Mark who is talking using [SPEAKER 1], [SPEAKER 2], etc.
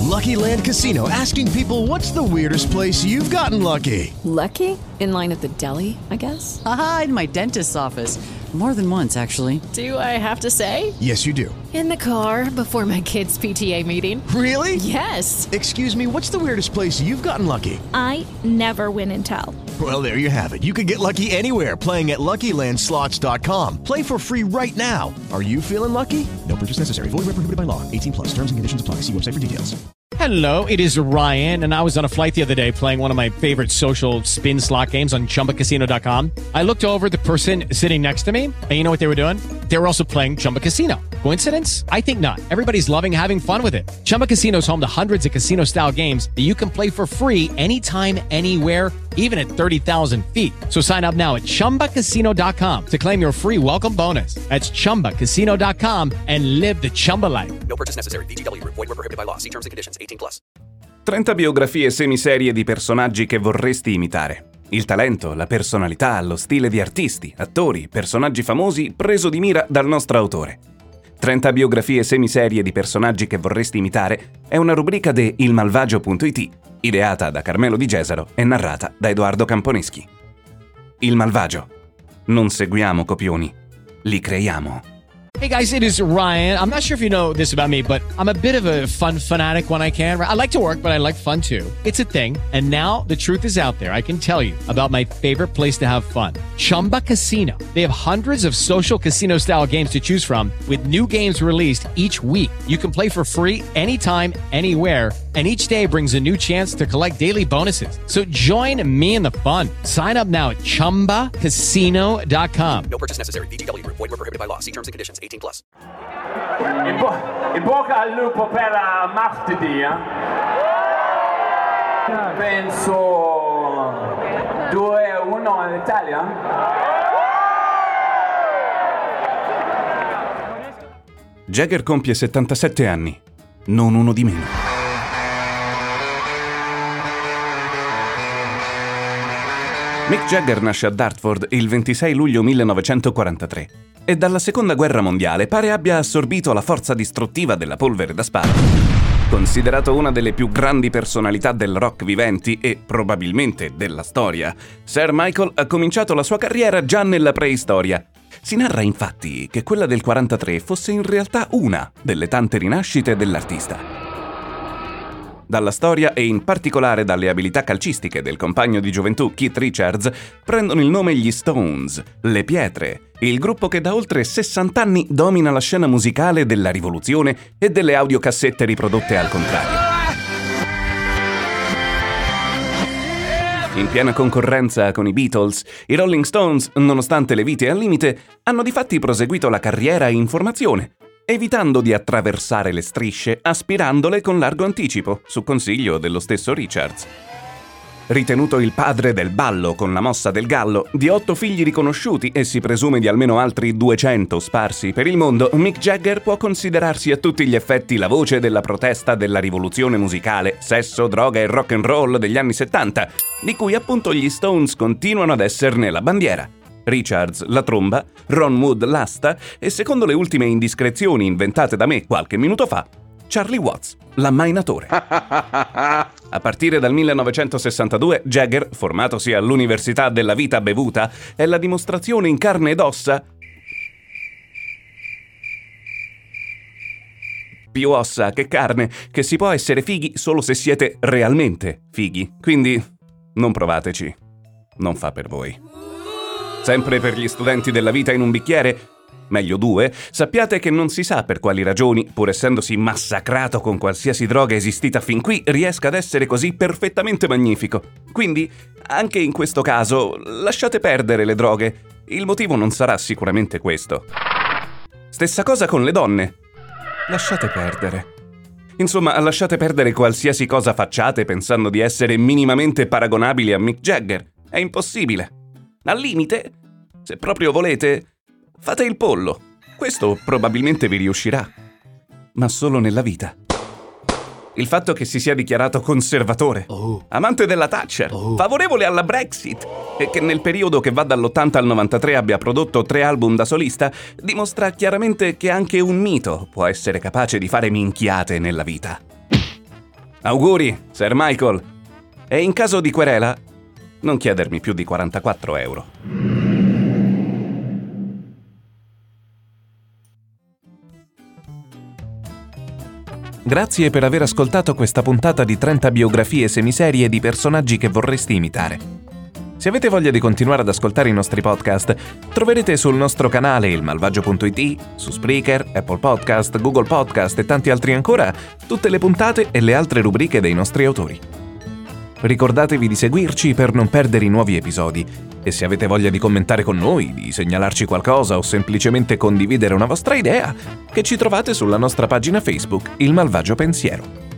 [SPEAKER 1] Lucky Land Casino, asking people, what's the weirdest place you've gotten lucky?
[SPEAKER 2] Lucky? In line at the deli, I guess?
[SPEAKER 3] Aha, in my dentist's office. More than once, actually.
[SPEAKER 2] Do I have to say?
[SPEAKER 1] Yes, you do.
[SPEAKER 2] In the car before my kids' PTA meeting.
[SPEAKER 1] Really?
[SPEAKER 2] Yes.
[SPEAKER 1] Excuse me, what's the weirdest place you've gotten lucky?
[SPEAKER 4] I never win and tell.
[SPEAKER 1] Well, there you have it. You can get lucky anywhere, playing at LuckyLandSlots.com. Play for free right now. Are you feeling lucky? No purchase necessary. Void where prohibited by law. 18 plus. Terms and conditions apply. See website for details.
[SPEAKER 5] Hello, it is Ryan, and I was on a flight the other day playing one of my favorite social spin slot games on ChumbaCasino.com. I looked over at the person sitting next to me, and you know what they were doing? They were also playing Chumba Casino. Coincidence? I think not. Everybody's loving having fun with it. Chumba Casino is home to hundreds of casino-style games that you can play for free anytime, anywhere, even at 30,000 feet. So sign up now at ChumbaCasino.com to claim your free welcome bonus. That's ChumbaCasino.com and live the Chumba life.
[SPEAKER 6] No purchase necessary. VGW. Void where prohibited by law. See terms and conditions. 18 plus.
[SPEAKER 7] 30 biografie semiserie di personaggi che vorresti imitare. Il talento, la personalità, lo stile di artisti, attori, personaggi famosi preso di mira dal nostro autore. 30 biografie semiserie di personaggi che vorresti imitare è una rubrica de ilmalvagio.it, ideata da Carmelo Di Gesaro e narrata da Edoardo Camponeschi. Il Malvagio. Non seguiamo copioni, li creiamo.
[SPEAKER 5] Hey guys, it is Ryan. I'm not sure if you know this about me, but I'm a bit of a fun fanatic when I can. I like to work, but I like fun too. It's a thing. And now the truth is out there. I can tell you about my favorite place to have fun. Chumba Casino. They have hundreds of social casino style games to choose from with new games released each week. You can play for free anytime, anywhere. And each day brings a new chance to collect daily bonuses. So join me in the fun. Sign up now at ChumbaCasino.com.
[SPEAKER 6] No purchase necessary. VGW. Void where prohibited by law. See terms and conditions. 18 plus.
[SPEAKER 8] In bocca al lupo per martedì. Penso 2-1 all'Italia.
[SPEAKER 7] Jagger compie 77 anni, non uno di meno. Mick Jagger nasce a Dartford il 26 luglio 1943 e dalla Seconda Guerra Mondiale pare abbia assorbito la forza distruttiva della polvere da spara. Considerato una delle più grandi personalità del rock viventi e probabilmente della storia, Sir Michael ha cominciato la sua carriera già nella preistoria. Si narra infatti che quella del 43 fosse in realtà una delle tante rinascite dell'artista. Dalla storia e in particolare dalle abilità calcistiche del compagno di gioventù Keith Richards prendono il nome gli Stones, le Pietre, il gruppo che da oltre 60 anni domina la scena musicale della rivoluzione e delle audiocassette riprodotte al contrario. In piena concorrenza con i Beatles, i Rolling Stones, nonostante le vite al limite, hanno difatti proseguito la carriera in formazione, evitando di attraversare le strisce, aspirandole con largo anticipo, su consiglio dello stesso Richards. Ritenuto il padre del ballo con la mossa del gallo, di 8 figli riconosciuti e si presume di almeno altri 200 sparsi per il mondo, Mick Jagger può considerarsi a tutti gli effetti la voce della protesta della rivoluzione musicale, sesso, droga e rock and roll degli anni 70, di cui appunto gli Stones continuano ad esserne la bandiera. Richards la tromba, Ron Wood l'asta e, secondo le ultime indiscrezioni inventate da me qualche minuto fa, Charlie Watts, l'ammainatore. A partire dal 1962, Jagger, formatosi all'Università della Vita Bevuta, è la dimostrazione in carne ed ossa, più ossa che carne, che si può essere fighi solo se siete realmente fighi. Quindi non provateci, non fa per voi. Sempre per gli studenti della vita in un bicchiere, meglio 2, sappiate che non si sa per quali ragioni, pur essendosi massacrato con qualsiasi droga esistita fin qui, riesca ad essere così perfettamente magnifico. Quindi, anche in questo caso, lasciate perdere le droghe. Il motivo non sarà sicuramente questo. Stessa cosa con le donne. Lasciate perdere. Insomma, lasciate perdere qualsiasi cosa facciate pensando di essere minimamente paragonabili a Mick Jagger. È impossibile. Al limite, se proprio volete, fate il pollo. Questo probabilmente vi riuscirà. Ma solo nella vita. Il fatto che si sia dichiarato conservatore, amante della Thatcher, favorevole alla Brexit e che nel periodo che va dall'80 al 93 abbia prodotto 3 album da solista dimostra chiaramente che anche un mito può essere capace di fare minchiate nella vita. Auguri, Sir Michael. E in caso di querela, non chiedermi più di 44 euro. Grazie per aver ascoltato questa puntata di 30 biografie semiserie di personaggi che vorresti imitare. Se avete voglia di continuare ad ascoltare i nostri podcast, troverete sul nostro canale ilmalvagio.it, su Spreaker, Apple Podcast, Google Podcast e tanti altri ancora, tutte le puntate e le altre rubriche dei nostri autori. Ricordatevi di seguirci per non perdere i nuovi episodi e se avete voglia di commentare con noi, di segnalarci qualcosa o semplicemente condividere una vostra idea, che ci trovate sulla nostra pagina Facebook Il Malvagio Pensiero.